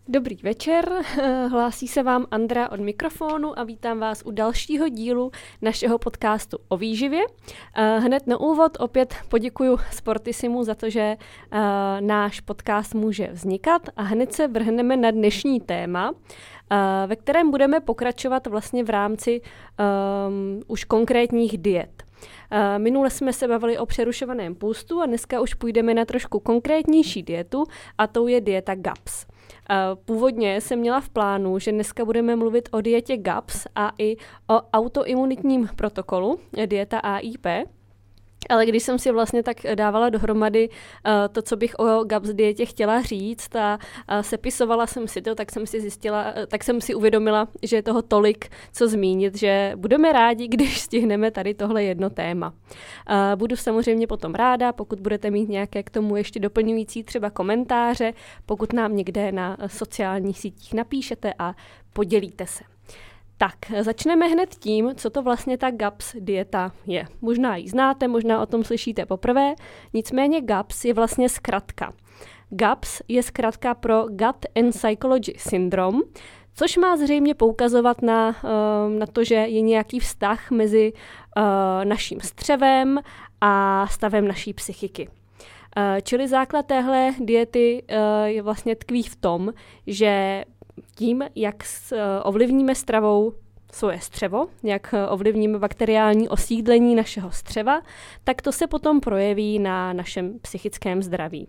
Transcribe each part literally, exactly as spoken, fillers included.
Dobrý večer, hlásí se vám Andra od mikrofonu a vítám vás u dalšího dílu našeho podcastu o výživě. Hned na úvod opět poděkuju Sportisimu za to, že náš podcast může vznikat a hned se vrhneme na dnešní téma, ve kterém budeme pokračovat vlastně v rámci um, už konkrétních diet. Minule jsme se bavili o přerušovaném půstu a dneska už půjdeme na trošku konkrétnější dietu a tou je dieta G A P S. Původně jsem měla v plánu, že dneska budeme mluvit o dietě G A P S a i o autoimunitním protokolu, dieta A I P. Ale když jsem si vlastně tak dávala dohromady uh, to, co bych o G A P S dietě chtěla říct a uh, sepisovala jsem si to, tak jsem si zjistila, uh, tak jsem si uvědomila, že je toho tolik, co zmínit, že budeme rádi, když stihneme tady tohle jedno téma. Uh, budu samozřejmě potom ráda, pokud budete mít nějaké k tomu ještě doplňující třeba komentáře, pokud nám někde na sociálních sítích napíšete a podělíte se. Tak, začneme hned tím, co to vlastně ta G A P S dieta je. Možná ji znáte, možná o tom slyšíte poprvé, nicméně G A P S je vlastně zkratka. G A P S je zkratka pro Gut and Psychology Syndrome, což má zřejmě poukazovat na, na to, že je nějaký vztah mezi naším střevem a stavem naší psychiky. Čili základ téhle diety je vlastně tkví v tom, že tím, jak ovlivníme stravou svoje střevo, jak ovlivníme bakteriální osídlení našeho střeva, tak to se potom projeví na našem psychickém zdraví.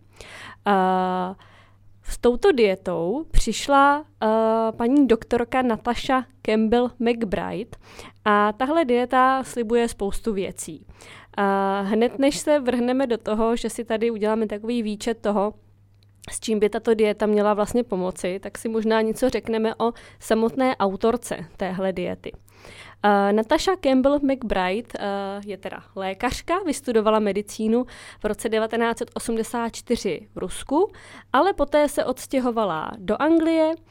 Uh, s touto dietou přišla uh, paní doktorka Natasha Campbell McBride a tahle dieta slibuje spoustu věcí. Uh, hned než se vrhneme do toho, že si tady uděláme takový výčet toho, s čím by tato dieta měla vlastně pomoci, tak si možná něco řekneme o samotné autorce téhle diety. Uh, Natasha Campbell McBride uh, je teda lékařka, vystudovala medicínu v roce devatenáct osmdesát čtyři v Rusku, ale poté se odstěhovala do Anglie uh,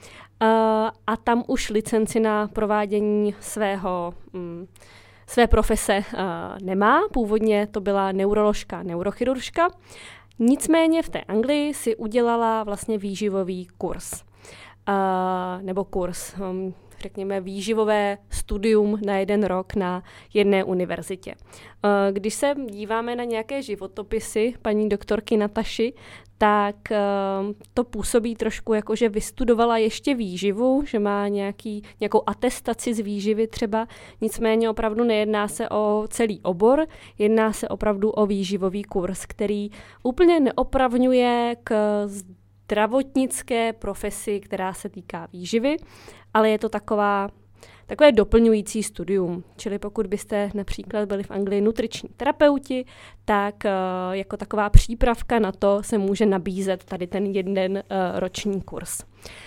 a tam už licenci na provádění svého um, své profese uh, nemá. Původně to byla neuroložka, neurochiruržka. Nicméně v té Anglii si udělala vlastně výživový kurz. Uh, nebo kurz, um, řekněme výživové studium na jeden rok na jedné univerzitě. Uh, když se díváme na nějaké životopisy paní doktorky Nataši, tak uh, to působí trošku jako, že vystudovala ještě výživu, že má nějaký, nějakou atestaci z výživy třeba, nicméně opravdu nejedná se o celý obor, jedná se opravdu o výživový kurz, který úplně neopravňuje k zdravotnické profesi, která se týká výživy, ale je to taková takové doplňující studium. Čili pokud byste například byli v Anglii nutriční terapeuti, tak uh, jako taková přípravka na to se může nabízet tady ten jeden uh, roční kurz.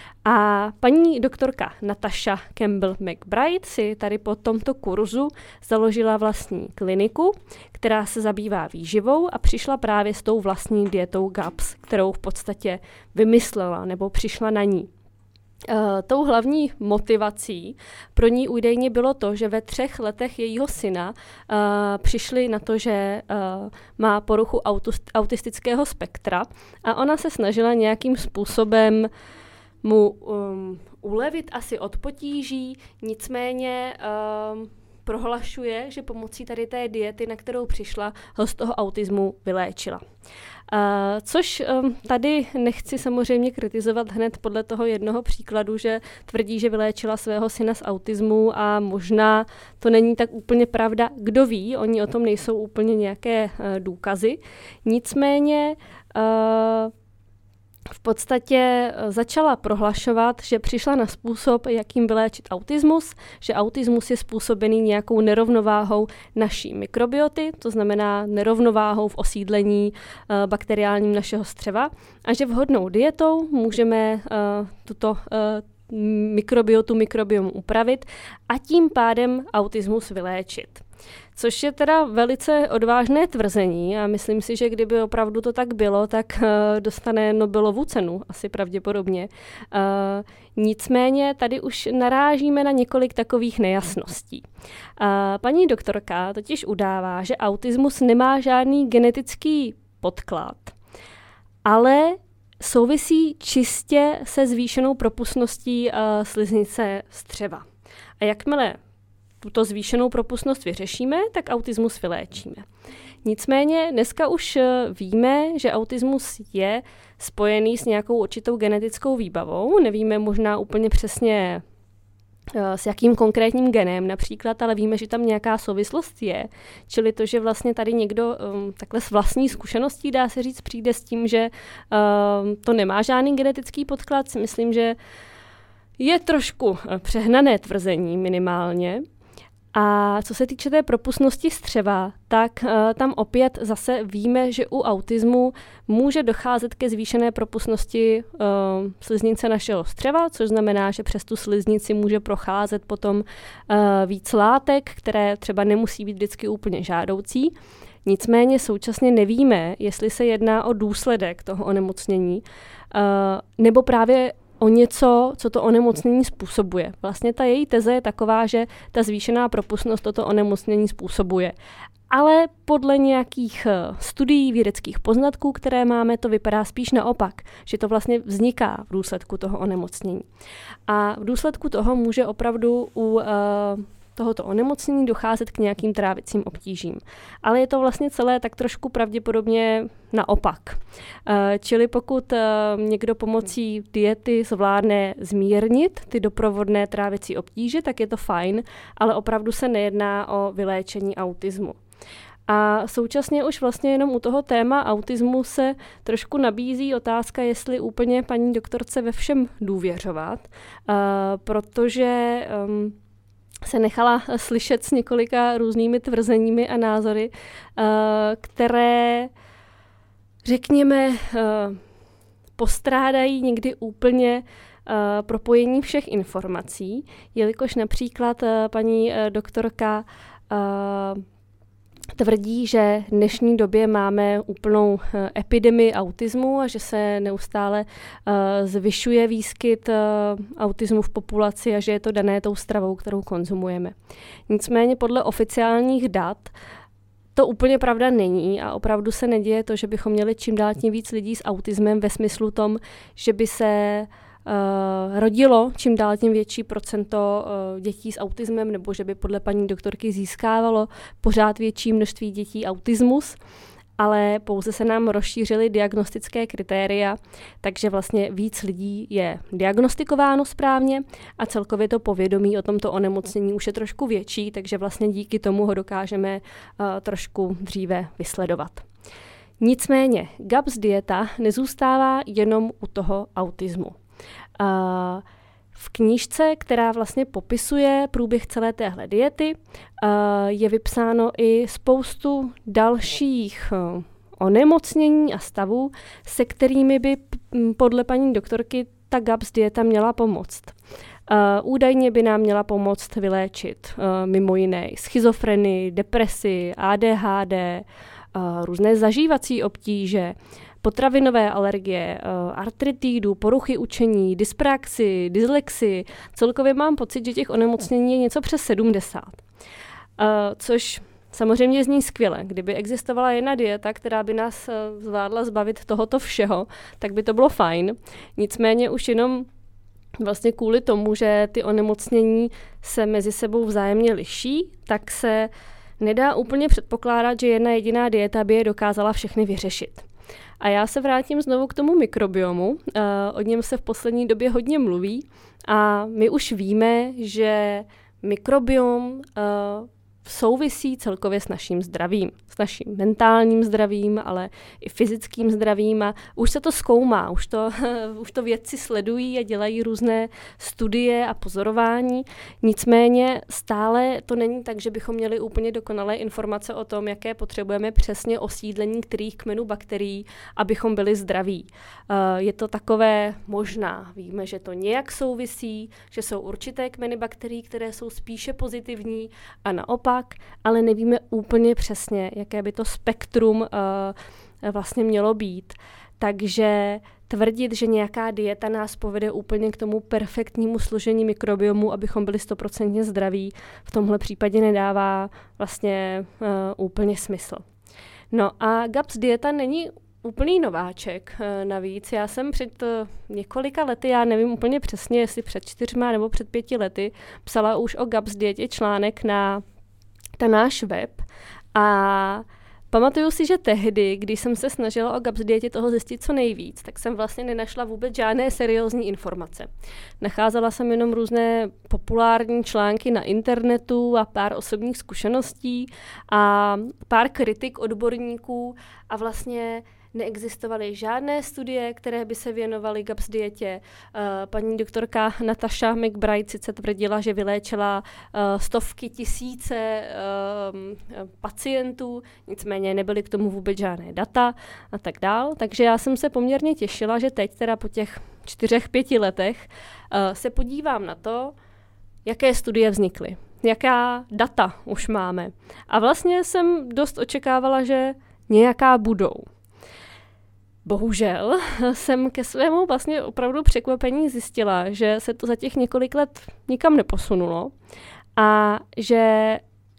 A paní doktorka Natasha Campbell McBride si tady po tomto kurzu založila vlastní kliniku, která se zabývá výživou a přišla právě s tou vlastní dietou G A P S, kterou v podstatě vymyslela nebo přišla na ní. Uh, tou hlavní motivací pro ní údajně bylo to, že ve třech letech jejího syna uh, přišli na to, že uh, má poruchu autist- autistického spektra a ona se snažila nějakým způsobem mu um, ulevit asi od potíží, nicméně um, prohlašuje, že pomocí tady té diety, na kterou přišla, ho z toho autismu vyléčila. Uh, což um, tady nechci samozřejmě kritizovat hned podle toho jednoho příkladu, že tvrdí, že vyléčila svého syna z autismu a možná to není tak úplně pravda. Kdo ví, oni o tom nejsou úplně nějaké uh, důkazy. Nicméně uh, v podstatě začala prohlašovat, že přišla na způsob, jakým vyléčit autismus, že autismus je způsobený nějakou nerovnováhou naší mikrobioty, to znamená nerovnováhou v osídlení uh, bakteriálním našeho střeva a že vhodnou dietou můžeme uh, tuto uh, mikrobiotu, mikrobiom upravit a tím pádem autismus vyléčit. Což je teda velice odvážné tvrzení a myslím si, že kdyby opravdu to tak bylo, tak uh, dostane Nobelovu cenu, asi pravděpodobně. Uh, nicméně tady už narážíme na několik takových nejasností. Uh, paní doktorka totiž udává, že autismus nemá žádný genetický podklad, ale souvisí čistě se zvýšenou propustností uh, sliznice střeva. A jakmile tuto zvýšenou propustnost vyřešíme, tak autismus vyléčíme. Nicméně dneska už víme, že autismus je spojený s nějakou určitou genetickou výbavou. Nevíme možná úplně přesně s jakým konkrétním genem například, ale víme, že tam nějaká souvislost je. Čili to, že vlastně tady někdo um, takhle s vlastní zkušeností, dá se říct, přijde s tím, že um, to nemá žádný genetický podklad, si myslím, že je trošku přehnané tvrzení minimálně. A co se týče té propustnosti střeva, tak uh, tam opět zase víme, že u autismu může docházet ke zvýšené propustnosti uh, sliznice našeho střeva, což znamená, že přes tu sliznici může procházet potom uh, víc látek, které třeba nemusí být vždycky úplně žádoucí. Nicméně současně nevíme, jestli se jedná o důsledek toho onemocnění, uh, nebo právě o něco, co to onemocnění způsobuje. Vlastně ta její teze je taková, že ta zvýšená propustnost toto onemocnění způsobuje. Ale podle nějakých studií, vědeckých poznatků, které máme, to vypadá spíš naopak, že to vlastně vzniká v důsledku toho onemocnění. A v důsledku toho může opravdu u uh, tohoto onemocnění docházet k nějakým trávicím obtížím. Ale je to vlastně celé tak trošku pravděpodobně naopak. Čili pokud někdo pomocí diety zvládne zmírnit ty doprovodné trávicí obtíže, tak je to fajn, ale opravdu se nejedná o vyléčení autismu. A současně už vlastně jenom u toho téma autismu se trošku nabízí otázka, jestli úplně paní doktorce ve všem důvěřovat, protože se nechala slyšet s několika různými tvrzeními a názory, které, řekněme, postrádají někdy úplně propojení všech informací, jelikož například paní doktorka tvrdí, že v dnešní době máme úplnou epidemii autismu a že se neustále uh, zvyšuje výskyt uh, autismu v populaci a že je to dané tou stravou, kterou konzumujeme. Nicméně podle oficiálních dat to úplně pravda není a opravdu se neděje to, že bychom měli čím dál tím víc lidí s autismem ve smyslu tom, že by se Uh, rodilo čím dál tím větší procento uh, dětí s autismem, nebo že by podle paní doktorky získávalo pořád větší množství dětí autismus, ale pouze se nám rozšířily diagnostické kritéria, takže vlastně víc lidí je diagnostikováno správně a celkově to povědomí o tomto onemocnění už je trošku větší, takže vlastně díky tomu ho dokážeme uh, trošku dříve vysledovat. Nicméně G A P S dieta nezůstává jenom u toho autismu. Uh, v knížce, která vlastně popisuje průběh celé téhle diety, uh, je vypsáno i spoustu dalších uh, onemocnění a stavů, se kterými by p- podle paní doktorky ta G A P S dieta měla pomoct. Uh, údajně by nám měla pomoct vyléčit uh, mimo jiné schizofrenii, depresi, A D H D, uh, různé zažívací obtíže, potravinové alergie, artritidu, poruchy učení, dyspraxii, dyslexii. Celkově mám pocit, že těch onemocnění je něco přes sedmdesát. Což samozřejmě zní skvěle. Kdyby existovala jedna dieta, která by nás zvládla zbavit tohoto všeho, tak by to bylo fajn. Nicméně už jenom vlastně kvůli tomu, že ty onemocnění se mezi sebou vzájemně liší, tak se nedá úplně předpokládat, že jedna jediná dieta by je dokázala všechny vyřešit. A já se vrátím znovu k tomu mikrobiomu. Uh, o něm se v poslední době hodně mluví a my už víme, že mikrobiom uh, souvisí celkově s naším zdravím, s naším mentálním zdravím, ale i fyzickým zdravím a už se to zkoumá, už to, už to vědci sledují a dělají různé studie a pozorování. Nicméně stále to není tak, že bychom měli úplně dokonalé informace o tom, jaké potřebujeme přesně osídlení kterých kmenů bakterií, abychom byli zdraví. Je to takové možná, víme, že to nějak souvisí, že jsou určité kmeny bakterií, které jsou spíše pozitivní a naopak, ale nevíme úplně přesně, jaké by to spektrum uh, vlastně mělo být. Takže tvrdit, že nějaká dieta nás povede úplně k tomu perfektnímu složení mikrobiomu, abychom byli stoprocentně zdraví, v tomhle případě nedává vlastně uh, úplně smysl. No a G A P S dieta není úplný nováček navíc. Já jsem před několika lety, já nevím úplně přesně, jestli před čtyřma nebo před pěti lety, psala už o G A P S dietě článek na, na náš web a pamatuju si, že tehdy, když jsem se snažila o G A P S dietě toho zjistit co nejvíc, tak jsem vlastně nenašla vůbec žádné seriózní informace. Nacházela jsem jenom různé populární články na internetu a pár osobních zkušeností a pár kritik odborníků a vlastně neexistovaly žádné studie, které by se věnovaly G A P S dietě. Paní doktorka Natasha McBride sice tvrdila, že vyléčila stovky tisíce pacientů, nicméně nebyly k tomu vůbec žádné data a tak dál. Takže já jsem se poměrně těšila, že teď teda po těch čtyřech, pěti letech se podívám na to, jaké studie vznikly, jaká data už máme. A vlastně jsem dost očekávala, že nějaká budou. Bohužel jsem ke svému vlastně opravdu překvapení zjistila, že se to za těch několik let nikam neposunulo a že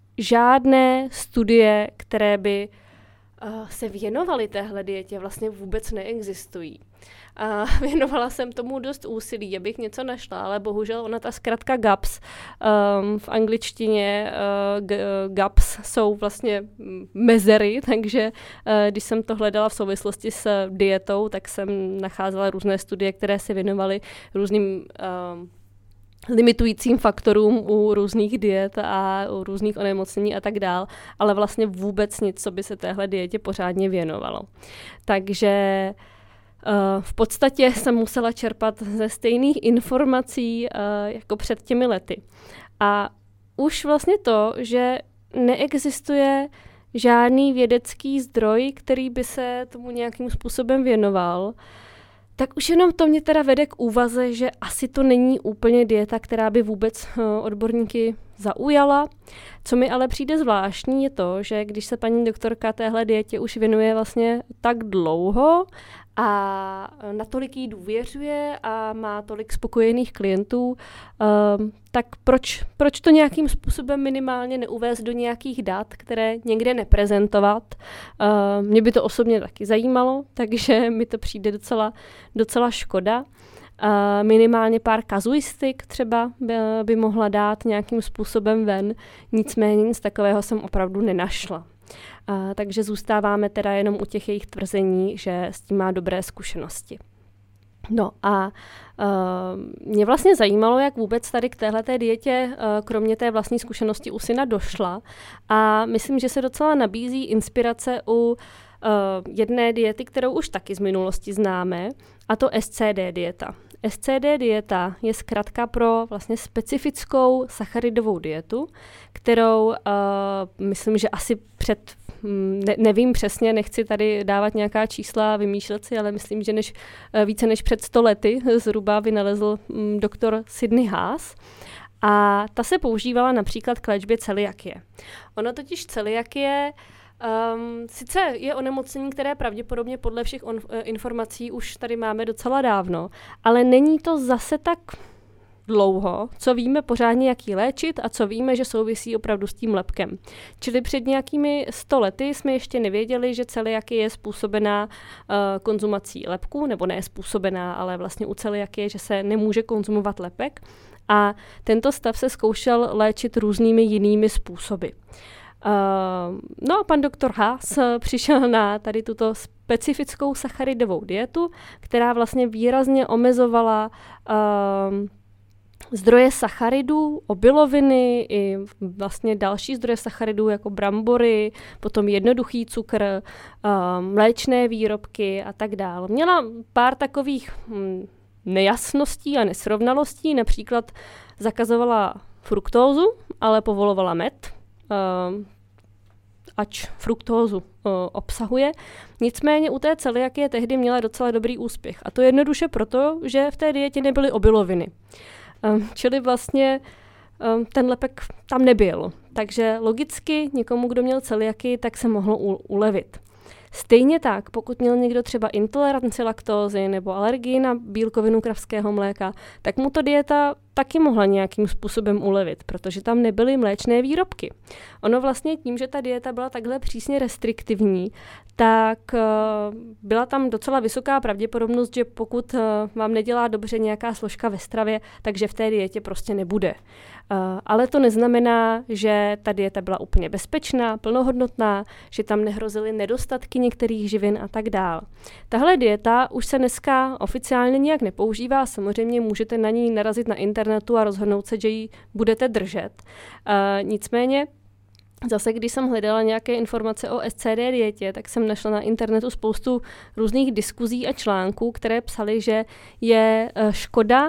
žádné studie, které by uh, se věnovaly téhle dietě, vlastně vůbec neexistují. A věnovala jsem tomu dost úsilí, abych něco našla, ale bohužel ona ta zkratka G A P S um, v angličtině uh, G A P S jsou vlastně mezery, takže uh, když jsem to hledala v souvislosti s dietou, tak jsem nacházela různé studie, které se věnovaly různým um, limitujícím faktorům u různých diet a u různých onemocnění a tak dál, ale vlastně vůbec nic, co by se téhle dietě pořádně věnovalo. Takže Uh, v podstatě jsem musela čerpat ze stejných informací uh, jako před těmi lety. A už vlastně to, že neexistuje žádný vědecký zdroj, který by se tomu nějakým způsobem věnoval, tak už jenom to mě teda vede k úvaze, že asi to není úplně dieta, která by vůbec uh, odborníky zaujala. Co mi ale přijde zvláštní je to, že když se paní doktorka téhle dietě už věnuje vlastně tak dlouho a natolik jí důvěřuje a má tolik spokojených klientů, um, tak proč, proč to nějakým způsobem minimálně neuvést do nějakých dat, které někde neprezentovat? Uh, mě by to osobně taky zajímalo, takže mi to přijde docela, docela škoda. Uh, minimálně pár kazuistik třeba by, by mohla dát nějakým způsobem ven, nicméně nic takového jsem opravdu nenašla. Uh, takže zůstáváme teda jenom u těch jejich tvrzení, že s tím má dobré zkušenosti. No a uh, mě vlastně zajímalo, jak vůbec tady k téhleté dietě, uh, kromě té vlastní zkušenosti u syna došla a myslím, že se docela nabízí inspirace u uh, jedné diety, kterou už taky z minulosti známe, a to S C D dieta. S C D dieta je zkratka pro vlastně specifickou sacharidovou dietu, kterou uh, myslím, že asi před, ne, nevím přesně, nechci tady dávat nějaká čísla, vymýšlet si, ale myslím, že než, uh, více než před sto lety zhruba vynalezl um, doktor Sidney Haas. A ta se používala například k léčbě celiakie. Ono totiž celiakie Um, sice je onemocnění, které pravděpodobně podle všech on, informací už tady máme docela dávno, ale není to zase tak dlouho, co víme pořádně, jak ji léčit a co víme, že souvisí opravdu s tím lepkem. Čili před nějakými sto lety jsme ještě nevěděli, že celiakie je způsobená uh, konzumací lepků, nebo ne způsobená, ale vlastně u celiakie, že se nemůže konzumovat lepek. A tento stav se zkoušel léčit různými jinými způsoby. Uh, no a pan doktor Haas přišel na tady tuto specifickou sacharidovou dietu, která vlastně výrazně omezovala uh, zdroje sacharidů, obiloviny i vlastně další zdroje sacharidů jako brambory, potom jednoduchý cukr, uh, mléčné výrobky a tak dále. Měla pár takových hm, nejasností a nesrovnalostí, například zakazovala fruktózu, ale povolovala med. Uh, ač fruktózu uh, obsahuje. Nicméně u té celiakie tehdy měla docela dobrý úspěch. A to jednoduše proto, že v té dietě nebyly obiloviny. Um, čili vlastně um, ten lepek tam nebyl. Takže logicky někomu, kdo měl celiakii, tak se mohlo u- ulevit. Stejně tak, pokud měl někdo třeba intoleranci laktózy nebo alergii na bílkovinu kravského mléka, tak mu to dieta taky mohla nějakým způsobem ulevit, protože tam nebyly mléčné výrobky. Ono vlastně tím, že ta dieta byla takhle přísně restriktivní, tak uh, byla tam docela vysoká pravděpodobnost, že pokud uh, vám nedělá dobře nějaká složka ve stravě, takže v té dietě prostě nebude. Uh, ale to neznamená, že ta dieta byla úplně bezpečná, plnohodnotná, že tam nehrozily nedostatky některých živin a tak dál. Tahle dieta už se dneska oficiálně nijak nepoužívá, samozřejmě můžete na ní narazit na internetu a rozhodnout se, že ji budete držet. Uh, nicméně zase, když jsem hledala nějaké informace o S C D dietě, tak jsem našla na internetu spoustu různých diskuzí a článků, které psaly, že je škoda,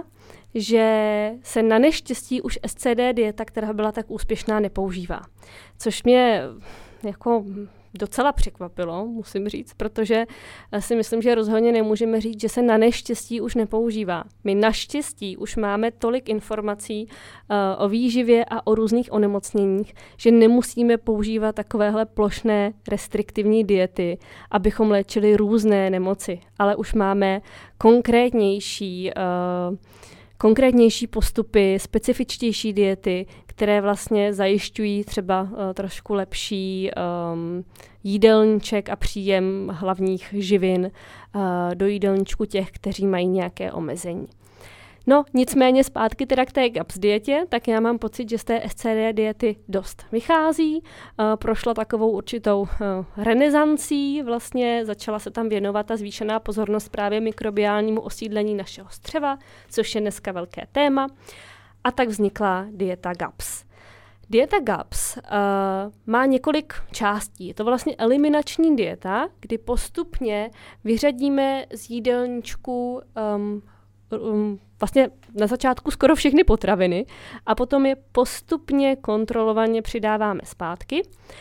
že se na neštěstí už S C D dieta, která byla tak úspěšná, nepoužívá. Což mě jako docela překvapilo, musím říct, protože si myslím, že rozhodně nemůžeme říct, že se na neštěstí už nepoužívá. My naštěstí už máme tolik informací uh, o výživě a o různých onemocněních, že nemusíme používat takovéhle plošné restriktivní diety, abychom léčili různé nemoci, ale už máme konkrétnější uh, konkrétnější postupy, specifičtější diety, které vlastně zajišťují třeba uh, trošku lepší um, jídelníček a příjem hlavních živin uh, do jídelníčku těch, kteří mají nějaké omezení. No, nicméně zpátky teda k té G A P S dietě, tak já mám pocit, že z té S C D diety dost vychází. Uh, prošla takovou určitou uh, renesancí, vlastně začala se tam věnovat a zvýšená pozornost právě mikrobiálnímu osídlení našeho střeva, což je dneska velké téma. A tak vznikla dieta G A P S. Dieta G A P S uh, má několik částí. Je to vlastně eliminační dieta, kdy postupně vyřadíme z jídelníčku um, um, vlastně na začátku skoro všechny potraviny a potom je postupně kontrolovaně přidáváme zpátky.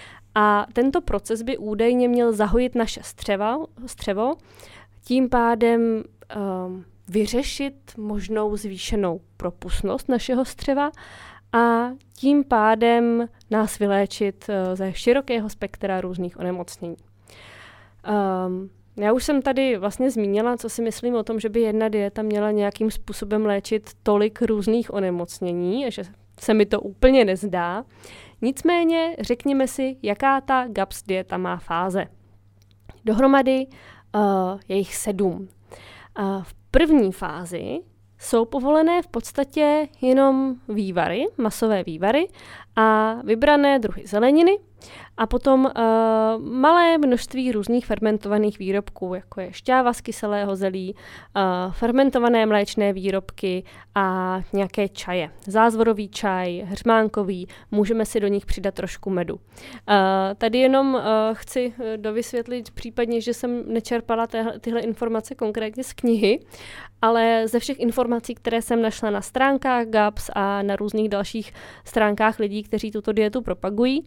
A tento proces by údajně měl zahojit naše střeva, střevo, tím pádem um, vyřešit možnou zvýšenou propustnost našeho střeva a tím pádem nás vyléčit uh, ze širokého spektra různých onemocnění. Um, Já už jsem tady vlastně zmínila, co si myslím o tom, že by jedna dieta měla nějakým způsobem léčit tolik různých onemocnění, že se mi to úplně nezdá. Nicméně řekněme si, jaká ta G A P S dieta má fáze. Dohromady uh, je jich sedm. Uh, v první fázi jsou povolené v podstatě jenom vývary, masové vývary a vybrané druhy zeleniny a potom uh, malé množství různých fermentovaných výrobků, jako je šťáva z kyselého zelí, uh, fermentované mléčné výrobky a nějaké čaje. Zázvorový čaj, hřmánkový, můžeme si do nich přidat trošku medu. Uh, tady jenom uh, chci dovysvětlit případně, že jsem nečerpala téhle, tyhle informace konkrétně z knihy, ale ze všech informací, které jsem našla na stránkách G A P S a na různých dalších stránkách lidí, kteří tuto dietu propagují,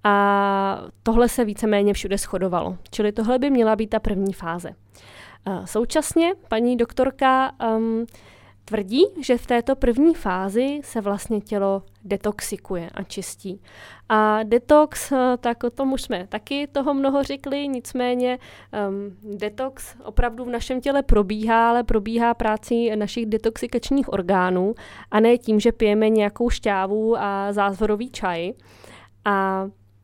a tohle se víceméně všude shodovalo. Čili tohle by měla být ta první fáze. Současně paní doktorka um, tvrdí, že v této první fázi se vlastně tělo detoxikuje a čistí. A detox, tak o tom už jsme taky toho mnoho řekli, nicméně um, detox opravdu v našem těle probíhá, ale probíhá prací našich detoxikačních orgánů a ne tím, že pijeme nějakou šťávu a zázvorový čaj. A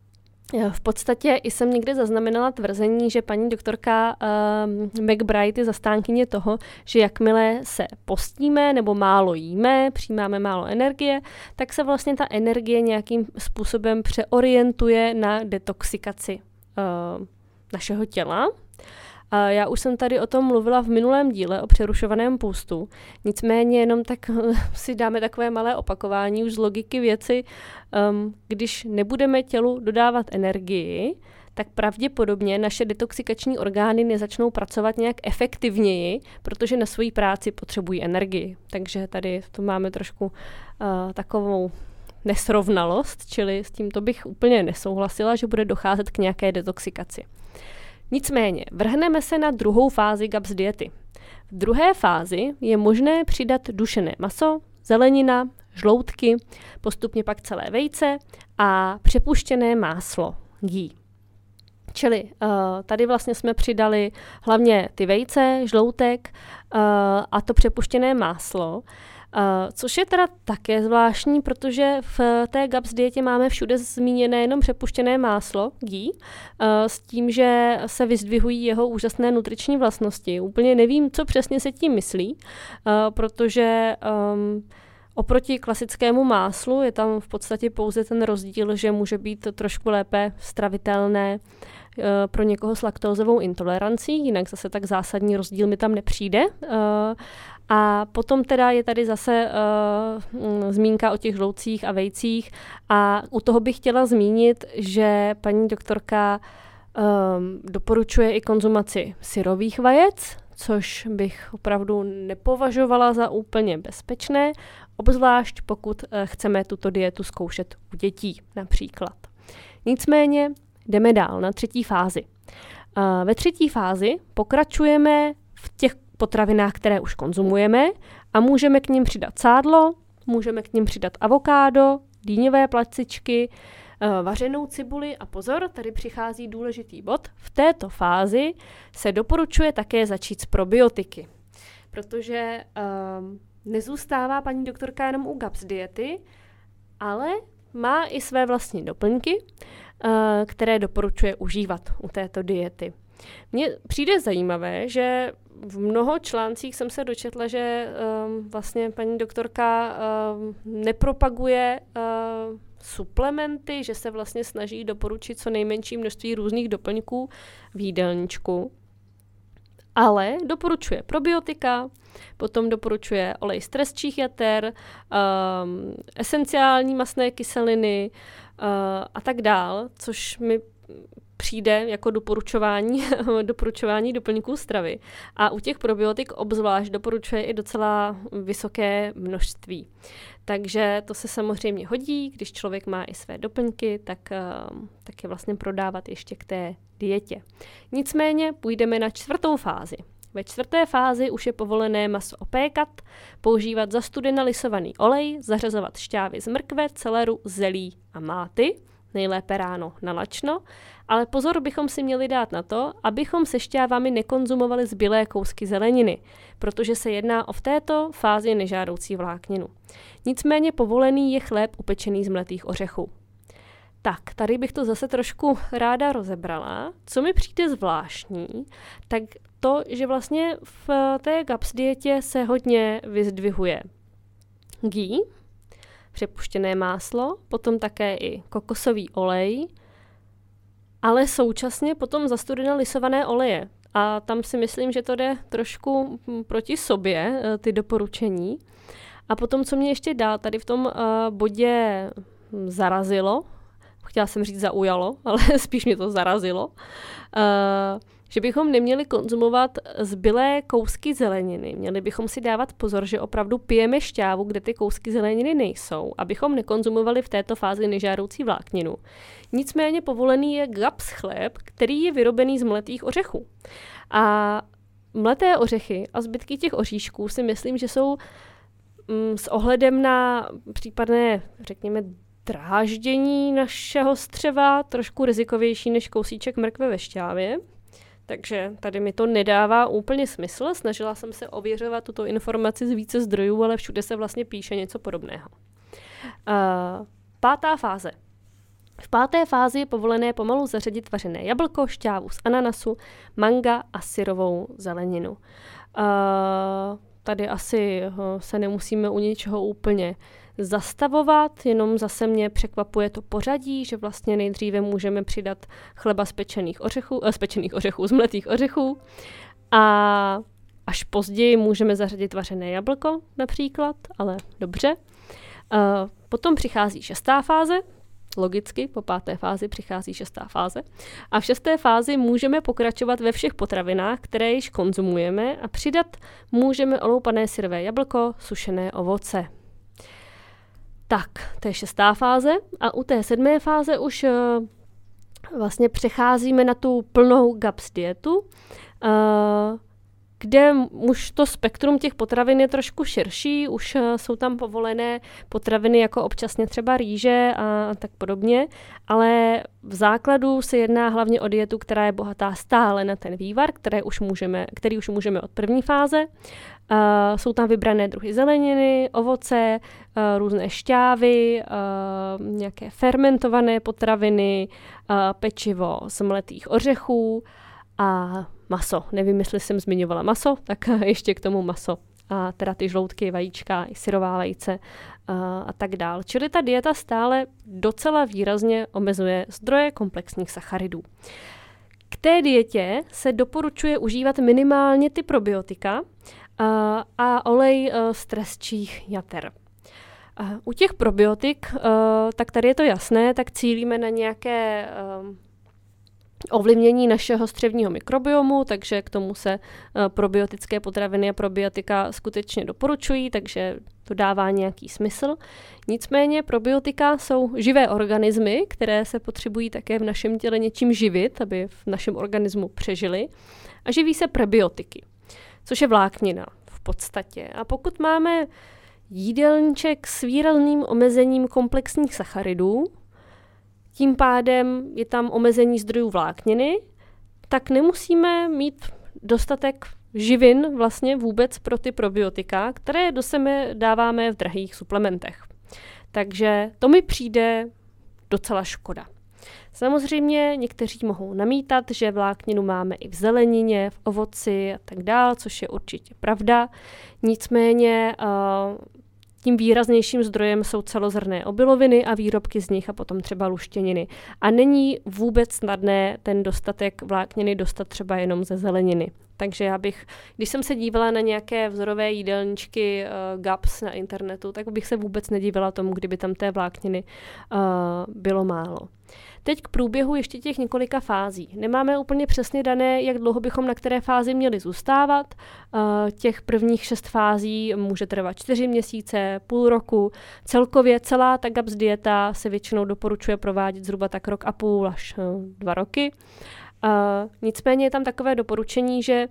v podstatě i jsem někde zaznamenala tvrzení, že paní doktorka uh, McBride je zastánkyně toho, že jakmile se postíme nebo málo jíme, přijímáme málo energie, tak se vlastně ta energie nějakým způsobem přeorientuje na detoxikaci uh, našeho těla. Uh, já už jsem tady o tom mluvila v minulém díle o přerušovaném půstu, nicméně jenom tak si dáme takové malé opakování už z logiky věci. Um, když nebudeme tělu dodávat energii, tak pravděpodobně naše detoxikační orgány nezačnou pracovat nějak efektivněji, protože na svoji práci potřebují energii. Takže tady to máme trošku uh, takovou nesrovnalost, čili s tímto bych úplně nesouhlasila, že bude docházet k nějaké detoxikaci. Nicméně, vrhneme se na druhou fázi G A P S diety. V druhé fázi je možné přidat dušené maso, zelenina, žloutky, postupně pak celé vejce a přepuštěné máslo, ghee. Čili uh, tady vlastně jsme přidali hlavně ty vejce, žloutek uh, a to přepuštěné máslo, uh, což je teda také zvláštní, protože v té G A P S dietě máme všude zmíněné jenom přepuštěné máslo, ghee, uh, s tím, že se vyzdvihují jeho úžasné nutriční vlastnosti. Úplně nevím, co přesně se tím myslí, uh, protože um, oproti klasickému máslu je tam v podstatě pouze ten rozdíl, že může být trošku lépe stravitelné pro někoho s laktózovou intolerancí, jinak zase tak zásadní rozdíl mi tam nepřijde. A potom teda je tady zase uh, zmínka o těch žloucích a vejcích a u toho bych chtěla zmínit, že paní doktorka um, doporučuje i konzumaci syrových vajec, což bych opravdu nepovažovala za úplně bezpečné, obzvlášť pokud uh, chceme tuto dietu zkoušet u dětí například. Nicméně jdeme dál na třetí fázi. Uh, ve třetí fázi pokračujeme v těch potravinách, které už konzumujeme a můžeme k nim přidat sádlo, můžeme k nim přidat avokádo, dýňové placičky, vařenou cibuli a pozor, tady přichází důležitý bod. V této fázi se doporučuje také začít s probiotiky, protože um, nezůstává paní doktorka jenom u G A P S diety, ale má i své vlastní doplňky, uh, které doporučuje užívat u této diety. Mně přijde zajímavé, že v mnoho článcích jsem se dočetla, že um, vlastně paní doktorka um, nepropaguje uh, suplementy, že se vlastně snaží doporučit co nejmenší množství různých doplňků v jídelníčku. Ale doporučuje probiotika, potom doporučuje olej z trestčích jater, um, esenciální mastné kyseliny uh, a tak dál, což mi přijde jako doporučování, doporučování doplňků stravy. A u těch probiotik obzvlášť doporučuje i docela vysoké množství. Takže to se samozřejmě hodí, když člověk má i své doplňky, tak, tak je vlastně prodávat ještě k té dietě. Nicméně půjdeme na čtvrtou fázi. Ve čtvrté fázi už je povolené maso opékat, používat zastudena lisovaný olej, zařazovat šťávy z mrkve, celeru, zelí a máty, nejlépe ráno na lačno, ale pozor bychom si měli dát na to, abychom se šťávami nekonzumovali zbylé kousky zeleniny, protože se jedná o v této fázi nežádoucí vlákninu. Nicméně povolený je chléb upečený z mletých ořechů. Tak, tady bych to zase trošku ráda rozebrala. Co mi přijde zvláštní, tak to, že vlastně v té G A P S dietě se hodně vyzdvihuje ghee, přepuštěné máslo, potom také i kokosový olej, ale současně potom zastudena lisované oleje. A tam si myslím, že to jde trošku proti sobě, ty doporučení. A potom, co mě ještě dál tady v tom uh, bodě zarazilo, chtěla jsem říct zaujalo, ale spíš mě to zarazilo, uh, že bychom neměli konzumovat zbylé kousky zeleniny. Měli bychom si dávat pozor, že opravdu pijeme šťávu, kde ty kousky zeleniny nejsou, abychom nekonzumovali v této fázi nežádoucí vlákninu. Nicméně povolený je G A P S chléb, který je vyrobený z mletých ořechů. A mleté ořechy a zbytky těch oříšků si myslím, že jsou mm, s ohledem na případné, řekněme, dráždění našeho střeva trošku rizikovější než kousíček mrkve ve šťávě. Takže tady mi to nedává úplně smysl. Snažila jsem se ověřovat tuto informaci z více zdrojů, ale všude se vlastně píše něco podobného. Uh, pátá fáze. V páté fázi je povolené pomalu zařadit vařené jablko, šťávu z ananasu, manga a syrovou zeleninu. Uh, tady asi uh, se nemusíme u něčeho úplně zastavovat, jenom zase mě překvapuje to pořadí, že vlastně nejdříve můžeme přidat chleba z pečených ořechů, eh, z pečených ořechů, z mletých ořechů a až později můžeme zařadit vařené jablko například, ale dobře. Uh, potom přichází šestá fáze, logicky po páté fázi přichází šestá fáze a v šesté fázi můžeme pokračovat ve všech potravinách, které již konzumujeme a přidat můžeme oloupané syrové jablko, sušené ovoce. Tak, to je šestá fáze a u té sedmé fáze už uh, vlastně přecházíme na tu plnou G A P S dietu, uh, kde už to spektrum těch potravin je trošku širší, už jsou tam povolené potraviny jako občasně třeba rýže a tak podobně, ale v základu se jedná hlavně o dietu, která je bohatá stále na ten vývar, které už můžeme, který už můžeme od první fáze. Uh, jsou tam vybrané druhy zeleniny, ovoce, uh, různé šťávy, uh, nějaké fermentované potraviny, uh, pečivo z mletých ořechů a maso. Nevím, jestli jsem zmiňovala maso, tak ještě k tomu maso. A teda ty žloutky, vajíčka, i syrová vejce uh, a tak dál. Čili ta dieta stále docela výrazně omezuje zdroje komplexních sacharidů. K té dietě se doporučuje užívat minimálně ty probiotika uh, a olej uh, z trestčích jater. Uh, u těch probiotik, uh, tak tady je to jasné, tak cílíme na nějaké uh, ovlivnění našeho střevního mikrobiomu, takže k tomu se uh, probiotické potraviny a probiotika skutečně doporučují, takže to dává nějaký smysl. Nicméně probiotika jsou živé organismy, které se potřebují také v našem těle něčím živit, aby v našem organismu přežili. A živí se prebiotiky, což je vláknina v podstatě. A pokud máme jídelníček s výrazným omezením komplexních sacharidů, tím pádem je tam omezení zdrojů vlákniny, tak nemusíme mít dostatek živin vlastně vůbec pro ty probiotika, které do sebe dáváme v drahých suplementech. Takže to mi přijde docela škoda. Samozřejmě někteří mohou namítat, že vlákninu máme i v zelenině, v ovoci a tak dál, což je určitě pravda. Nicméně tím výraznějším zdrojem jsou celozrnné obiloviny a výrobky z nich a potom třeba luštěniny. A není vůbec snadné ten dostatek vlákniny dostat třeba jenom ze zeleniny. Takže já bych, když jsem se dívala na nějaké vzorové jídelníčky uh, G A P S na internetu, tak bych se vůbec nedívala tomu, kdyby tam té vlákniny uh, bylo málo. Teď k průběhu ještě těch několika fází. Nemáme úplně přesně dané, jak dlouho bychom na které fázi měli zůstávat. Uh, těch prvních šest fází může trvat čtyři měsíce, půl roku. Celkově celá ta G A P S dieta se většinou doporučuje provádět zhruba tak rok a půl až uh, dva roky. Uh, nicméně je tam takové doporučení, že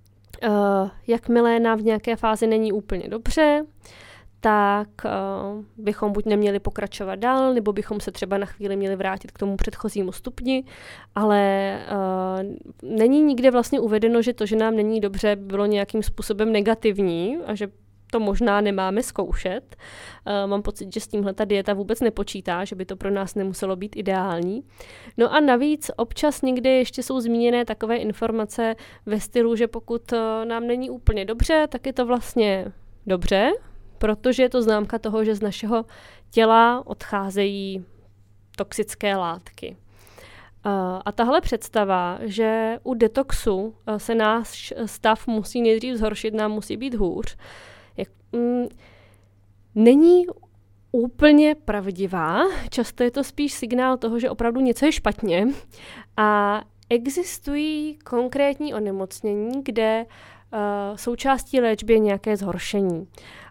uh, jakmile nám v nějaké fázi není úplně dobře, tak uh, bychom buď neměli pokračovat dál, nebo bychom se třeba na chvíli měli vrátit k tomu předchozímu stupni, ale uh, není nikde vlastně uvedeno, že to, že nám není dobře, bylo nějakým způsobem negativní a že to možná nemáme zkoušet. Uh, mám pocit, že s tímhle ta dieta vůbec nepočítá, že by to pro nás nemuselo být ideální. No a navíc občas někdy ještě jsou zmíněné takové informace ve stylu, že pokud uh, nám není úplně dobře, tak je to vlastně dobře, protože je to známka toho, že z našeho těla odcházejí toxické látky. Uh, a tahle představa, že u detoxu uh, se náš stav musí nejdřív zhoršit, nám musí být hůř, jak, mm, není úplně pravdivá. Často je to spíš signál toho, že opravdu něco je špatně. A existují konkrétní onemocnění, kde uh, součástí léčby je nějaké zhoršení.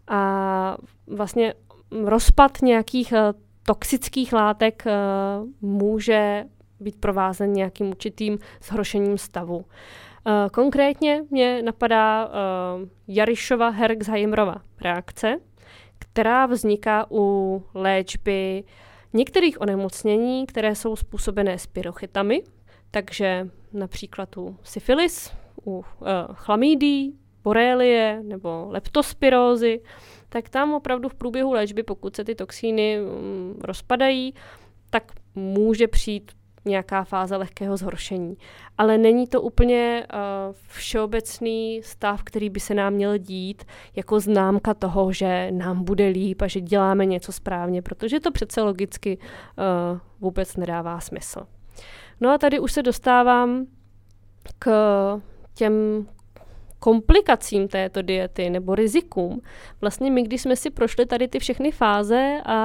A vlastně rozpad nějakých uh, toxických látek uh, může být provázen nějakým určitým zhoršením stavu. Uh, konkrétně mě napadá uh, Jarišova-Herxheimerova reakce, která vzniká u léčby některých onemocnění, které jsou způsobené spirochitami, takže například u syfilis, u uh, chlamydií, borelie nebo leptospirózy, tak tam opravdu v průběhu léčby, pokud se ty toxíny um, rozpadají, tak může přijít nějaká fáze lehkého zhoršení. Ale není to úplně uh, všeobecný stav, který by se nám měl dít jako známka toho, že nám bude líp a že děláme něco správně, protože to přece logicky uh, vůbec nedává smysl. No a tady už se dostávám k těm komplikacím této diety nebo rizikům. Vlastně my, když jsme si prošli tady ty všechny fáze a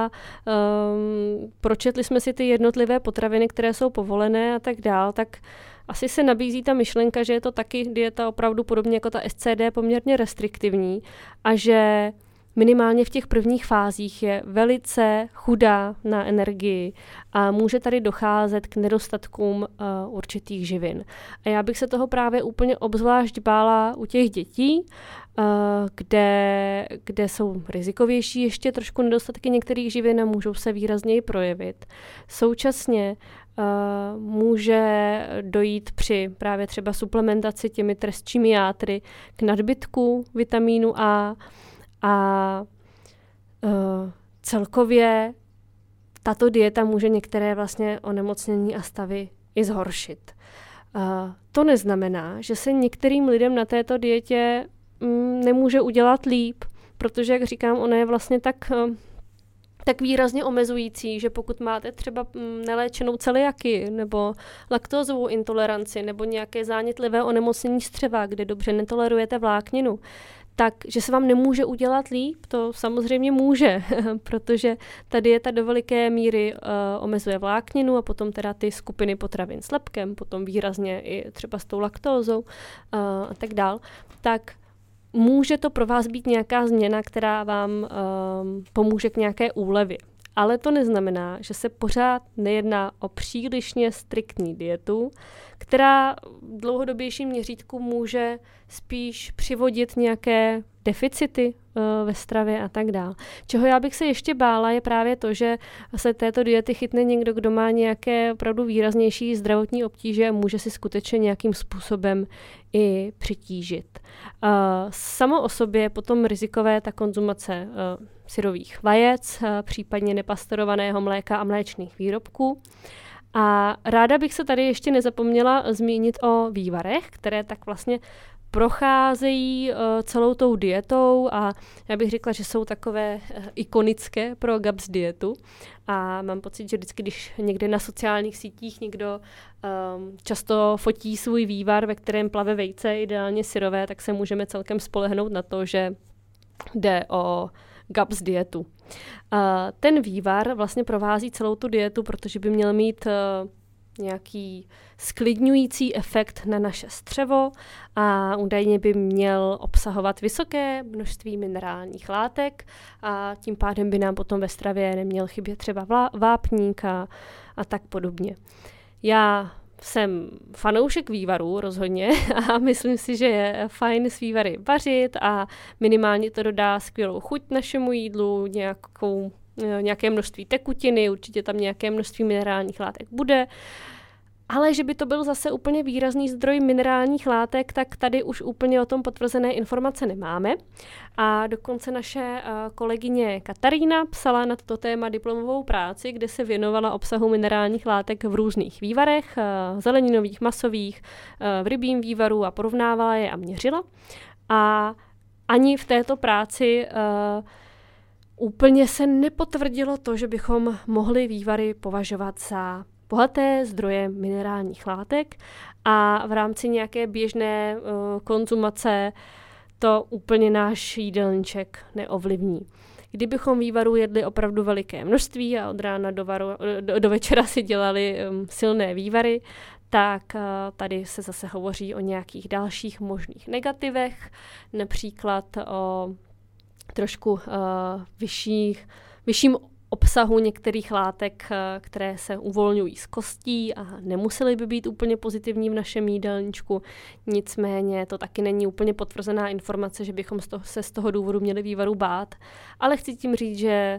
um, pročetli jsme si ty jednotlivé potraviny, které jsou povolené a tak dál, tak asi se nabízí ta myšlenka, že je to taky dieta opravdu podobně jako ta S C D poměrně restriktivní a že minimálně v těch prvních fázích je velice chudá na energii a může tady docházet k nedostatkům uh, určitých živin. A já bych se toho právě úplně obzvlášť bála u těch dětí, uh, kde, kde jsou rizikovější ještě trošku nedostatky některých živin a můžou se výrazněji projevit. Současně Uh, může dojít při právě třeba suplementaci těmi trestčími játry k nadbytku vitamínu A a uh, celkově tato dieta může některé vlastně onemocnění a stavy i zhoršit. Uh, to neznamená, že se některým lidem na této dietě mm, nemůže udělat líp, protože, jak říkám, ona je vlastně tak... Uh, tak výrazně omezující, že pokud máte třeba neléčenou celiakii nebo laktózovou intoleranci nebo nějaké zánětlivé onemocnění střeva, kde dobře netolerujete vlákninu, tak, že se vám nemůže udělat líp, to samozřejmě může, protože ta dieta do veliké míry uh, omezuje vlákninu a potom teda ty skupiny potravin s lepkem, potom výrazně i třeba s tou laktózou uh, a tak dál, tak může to pro vás být nějaká změna, která vám um, pomůže k nějaké úlevě. Ale to neznamená, že se pořád nejedná o přílišně striktní dietu, která v dlouhodobějším měřítku může spíš přivodit nějaké deficity uh, ve stravě a tak dál. Čeho já bych se ještě bála, je právě to, že se této diety chytne někdo, kdo má nějaké opravdu výraznější zdravotní obtíže a může si skutečně nějakým způsobem i přitížit. Uh, samo o sobě je potom rizikové ta konzumace uh, syrových vajec, uh, případně nepastorovaného mléka a mléčných výrobků. A ráda bych se tady ještě nezapomněla zmínit o vývarech, které tak vlastně procházejí uh, celou tou dietou a já bych řekla, že jsou takové uh, ikonické pro G A P S dietu a mám pocit, že vždycky, když někde na sociálních sítích někdo um, často fotí svůj vývar, ve kterém plave vejce, ideálně syrové, tak se můžeme celkem spolehnout na to, že jde o G A P S dietu. Uh, ten vývar vlastně provází celou tu dietu, protože by měl mít uh, nějaký sklidňující efekt na naše střevo a údajně by měl obsahovat vysoké množství minerálních látek a tím pádem by nám potom ve stravě neměl chybět třeba vápník a, a tak podobně. Já jsem fanoušek vývarů rozhodně a myslím si, že je fajn s vývary vařit a minimálně to dodá skvělou chuť našemu jídlu, nějakou, nějaké množství tekutiny, určitě tam nějaké množství minerálních látek bude. Ale že by to byl zase úplně výrazný zdroj minerálních látek, tak tady už úplně o tom potvrzené informace nemáme. A dokonce naše kolegyně Katarína psala na toto téma diplomovou práci, kde se věnovala obsahu minerálních látek v různých vývarech, zeleninových, masových, v rybím vývaru a porovnávala je a měřila. A ani v této práci uh, úplně se nepotvrdilo to, že bychom mohli vývary považovat za bohaté zdroje minerálních látek a v rámci nějaké běžné uh, konzumace to úplně náš jídelníček neovlivní. Kdybychom vývaru jedli opravdu veliké množství a od rána do, varu, do, do večera si dělali um, silné vývary, tak uh, tady se zase hovoří o nějakých dalších možných negativech, například o trošku uh, vyšších, vyšším obsahu některých látek, které se uvolňují z kostí a nemusely by být úplně pozitivní v našem jídelníčku. Nicméně to taky není úplně potvrzená informace, že bychom z toho, se z toho důvodu měli vývaru bát. Ale chci tím říct, že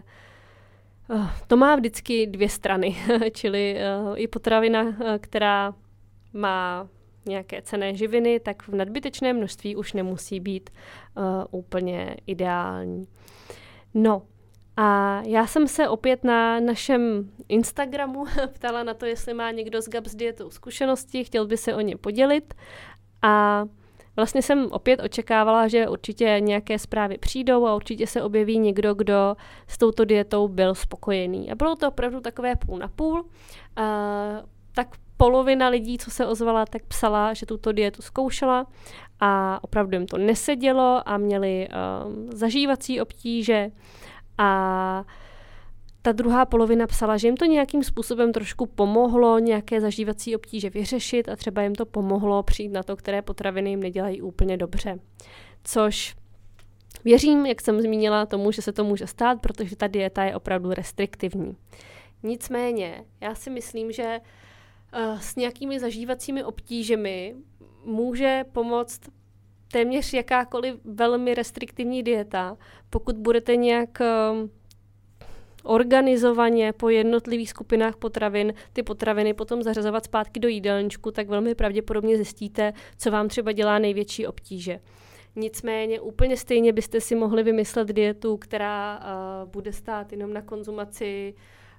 to má vždycky dvě strany, čili i potravina, která má nějaké cenné živiny, tak v nadbytečném množství už nemusí být uh, úplně ideální. No, a já jsem se opět na našem Instagramu ptala na to, jestli má někdo s G A P S dietou zkušenosti, chtěl by se o ně podělit. A vlastně jsem opět očekávala, že určitě nějaké zprávy přijdou a určitě se objeví někdo, kdo s touto dietou byl spokojený. A bylo to opravdu takové půl na půl. A tak polovina lidí, co se ozvala, tak psala, že tuto dietu zkoušela a opravdu jim to nesedělo a měli um, zažívací obtíže. A ta druhá polovina psala, že jim to nějakým způsobem trošku pomohlo nějaké zažívací obtíže vyřešit a třeba jim to pomohlo přijít na to, které potraviny jim nedělají úplně dobře. Což Věřím, jak jsem zmínila, tomu, že se to může stát, protože ta dieta je opravdu restriktivní. Nicméně, já si myslím, že uh, s nějakými zažívacími obtížemi může pomoct téměř jakákoliv velmi restriktivní dieta, pokud budete nějak uh, organizovaně po jednotlivých skupinách potravin ty potraviny potom zařazovat zpátky do jídelníčku, tak velmi pravděpodobně zjistíte, co vám třeba dělá největší obtíže. Nicméně úplně stejně byste si mohli vymyslet dietu, která uh, bude stát jenom na konzumaci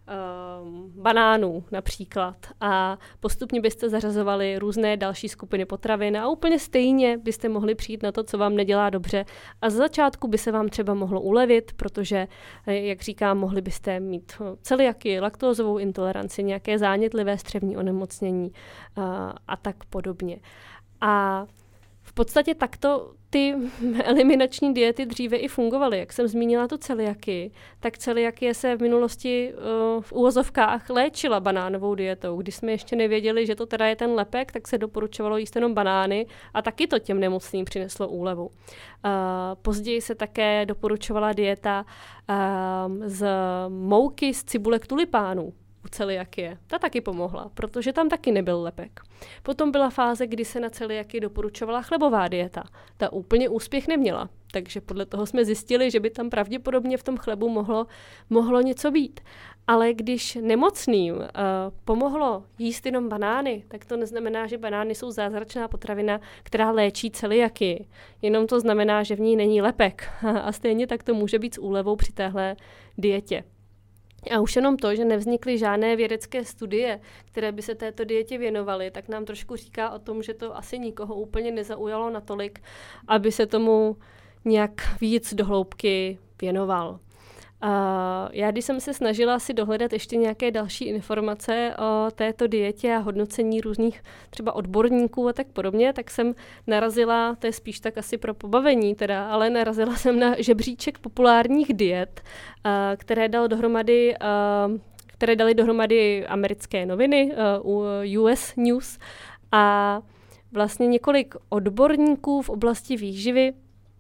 uh, banánů například a postupně byste zařazovali různé další skupiny potravin a úplně stejně byste mohli přijít na to, co vám nedělá dobře a z začátku by se vám třeba mohlo ulevit, protože, jak říkám, mohli byste mít celiaky, laktózovou intoleranci, nějaké zánětlivé střevní onemocnění uh, a tak podobně. A v podstatě takto ty eliminační diety dříve i fungovaly. Jak jsem zmínila tu celiaky, tak celiakie se v minulosti uh, v úvozovkách léčila banánovou dietou. Když jsme ještě nevěděli, že to teda je ten lepek, tak se doporučovalo jíst jenom banány a taky to těm nemocným přineslo úlevu. Uh, později se také doporučovala dieta uh, z mouky z cibulek tulipánů. U celiakie. Ta taky pomohla, protože tam taky nebyl lepek. Potom byla fáze, kdy se na celiakii doporučovala chlebová dieta. Ta úplně úspěch neměla, takže podle toho jsme zjistili, že by tam pravděpodobně v tom chlebu mohlo, mohlo něco být. Ale když nemocným uh, pomohlo jíst jenom banány, tak to neznamená, že banány jsou zázračná potravina, která léčí celiakii. Jenom to znamená, že v ní není lepek. A stejně tak to může být s úlevou při téhle dietě. A už jenom to, že nevznikly žádné vědecké studie, které by se této dietě věnovaly, tak nám trošku říká o tom, že to asi nikoho úplně nezaujalo natolik, aby se tomu nějak víc do hloubky věnoval. Uh, já, když jsem se snažila si dohledat ještě nějaké další informace o této dietě a hodnocení různých třeba odborníků a tak podobně, tak jsem narazila, to je spíš tak asi pro pobavení teda, ale narazila jsem na žebříček populárních diet, uh, které dal dohromady, uh, které dali dohromady americké noviny, uh, U S News a vlastně několik odborníků v oblasti výživy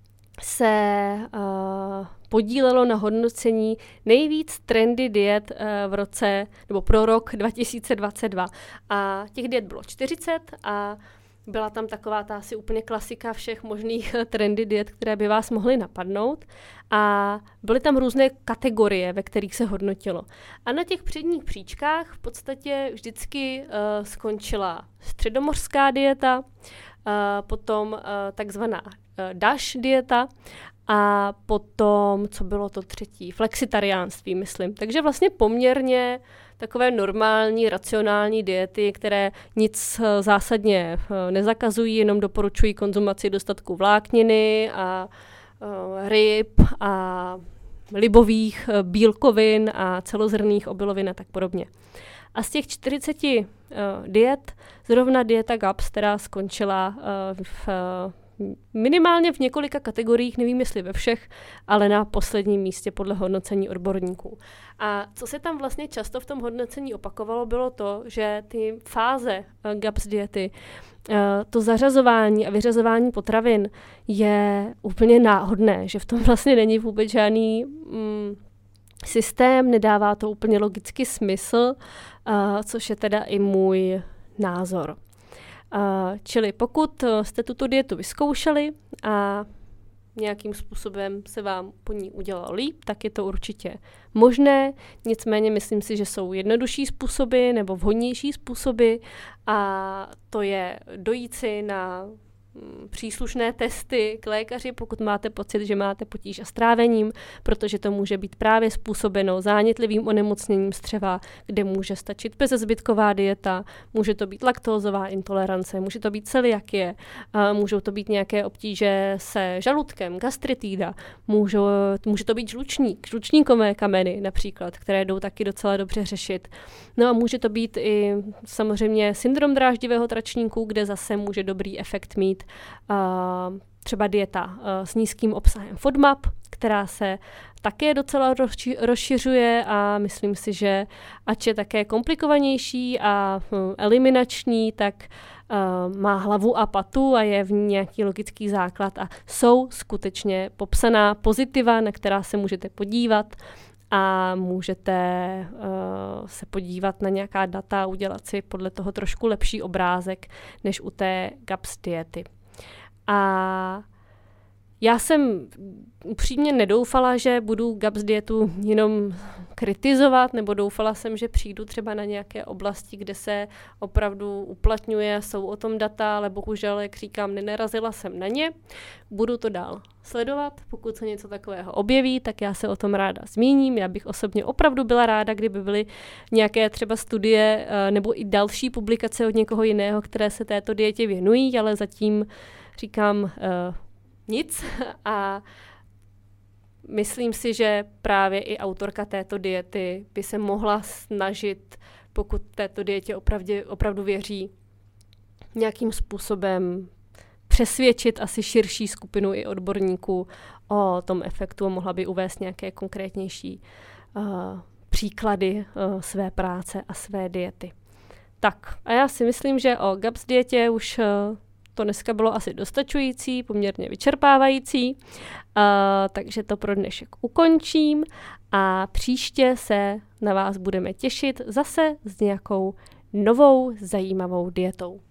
se uh, podílelo na hodnocení nejvíc trendy diet uh, v roce, nebo pro rok dva tisíce dvacet dva. A těch diet bylo čtyřicet a byla tam taková ta asi úplně klasika všech možných trendy diet, které by vás mohly napadnout. A byly tam různé kategorie, ve kterých se hodnotilo. A na těch předních příčkách v podstatě vždycky uh, skončila středomořská dieta, uh, potom uh, takzvaná uh, DASH dieta a potom, co bylo to třetí, flexitariánství, myslím. Takže vlastně poměrně takové normální, racionální diety, které nic zásadně nezakazují, jenom doporučují konzumaci dostatku vlákniny a uh, ryb a libových bílkovin a celozrnných obilovin a tak podobně. A z těch čtyřiceti uh, diet, zrovna dieta G A P S, která skončila uh, v uh, minimálně v několika kategoriích, nevím jestli ve všech, ale na posledním místě podle hodnocení odborníků. A co se tam vlastně často v tom hodnocení opakovalo, bylo to, že ty fáze G A P S diety, to zařazování a vyřazování potravin je úplně náhodné, že v tom vlastně není vůbec žádný mm, systém, nedává to úplně logický smysl, uh, což je teda i můj názor. Uh, čili pokud jste tuto dietu vyzkoušeli a nějakým způsobem se vám po ní udělalo líp, tak je to určitě možné. Nicméně myslím si, že jsou jednodušší způsoby nebo vhodnější způsoby a to je dojít si na příslušné testy k lékaři, pokud máte pocit, že máte potíž s trávením, protože to může být právě způsobeno zánětlivým onemocněním střeva, kde může stačit bezezbytková dieta, může to být laktózová intolerance, může to být celiakie, můžou to být nějaké obtíže se žaludkem, gastritída, můžou, může to být žlučník, žlučníkové kameny například, které jdou taky docela dobře řešit. No a může to být i samozřejmě syndrom dráždivého tračníku, kde zase může dobrý efekt mít Uh, třeba dieta uh, s nízkým obsahem FODMAP, která se také docela rozšiřuje a myslím si, že ač je také komplikovanější a eliminační, tak uh, má hlavu a patu a je v ní nějaký logický základ a jsou skutečně popsaná pozitiva, na která se můžete podívat a můžete uh, se podívat na nějaká data a udělat si podle toho trošku lepší obrázek než u té G A P S diety. A já jsem upřímně nedoufala, že budu G A P S dietu jenom kritizovat, nebo doufala jsem, že přijdu třeba na nějaké oblasti, kde se opravdu uplatňuje, jsou o tom data, ale bohužel, jak říkám, nenarazila jsem na ně. Budu to dál sledovat, pokud se něco takového objeví, tak já se o tom ráda zmíním. Já bych osobně opravdu byla ráda, kdyby byly nějaké třeba studie nebo i další publikace od někoho jiného, které se této dietě věnují, ale zatím říkám nic a myslím si, že právě i autorka této diety by se mohla snažit, pokud této dietě opravdu, opravdu věří, nějakým způsobem přesvědčit asi širší skupinu i odborníků o tom efektu a mohla by uvést nějaké konkrétnější uh, příklady uh, své práce a své diety. Tak a já si myslím, že o G A P S dietě už uh, to dneska bylo asi dostačující, poměrně vyčerpávající, uh, takže to pro dnešek ukončím a příště se na vás budeme těšit zase s nějakou novou zajímavou dietou.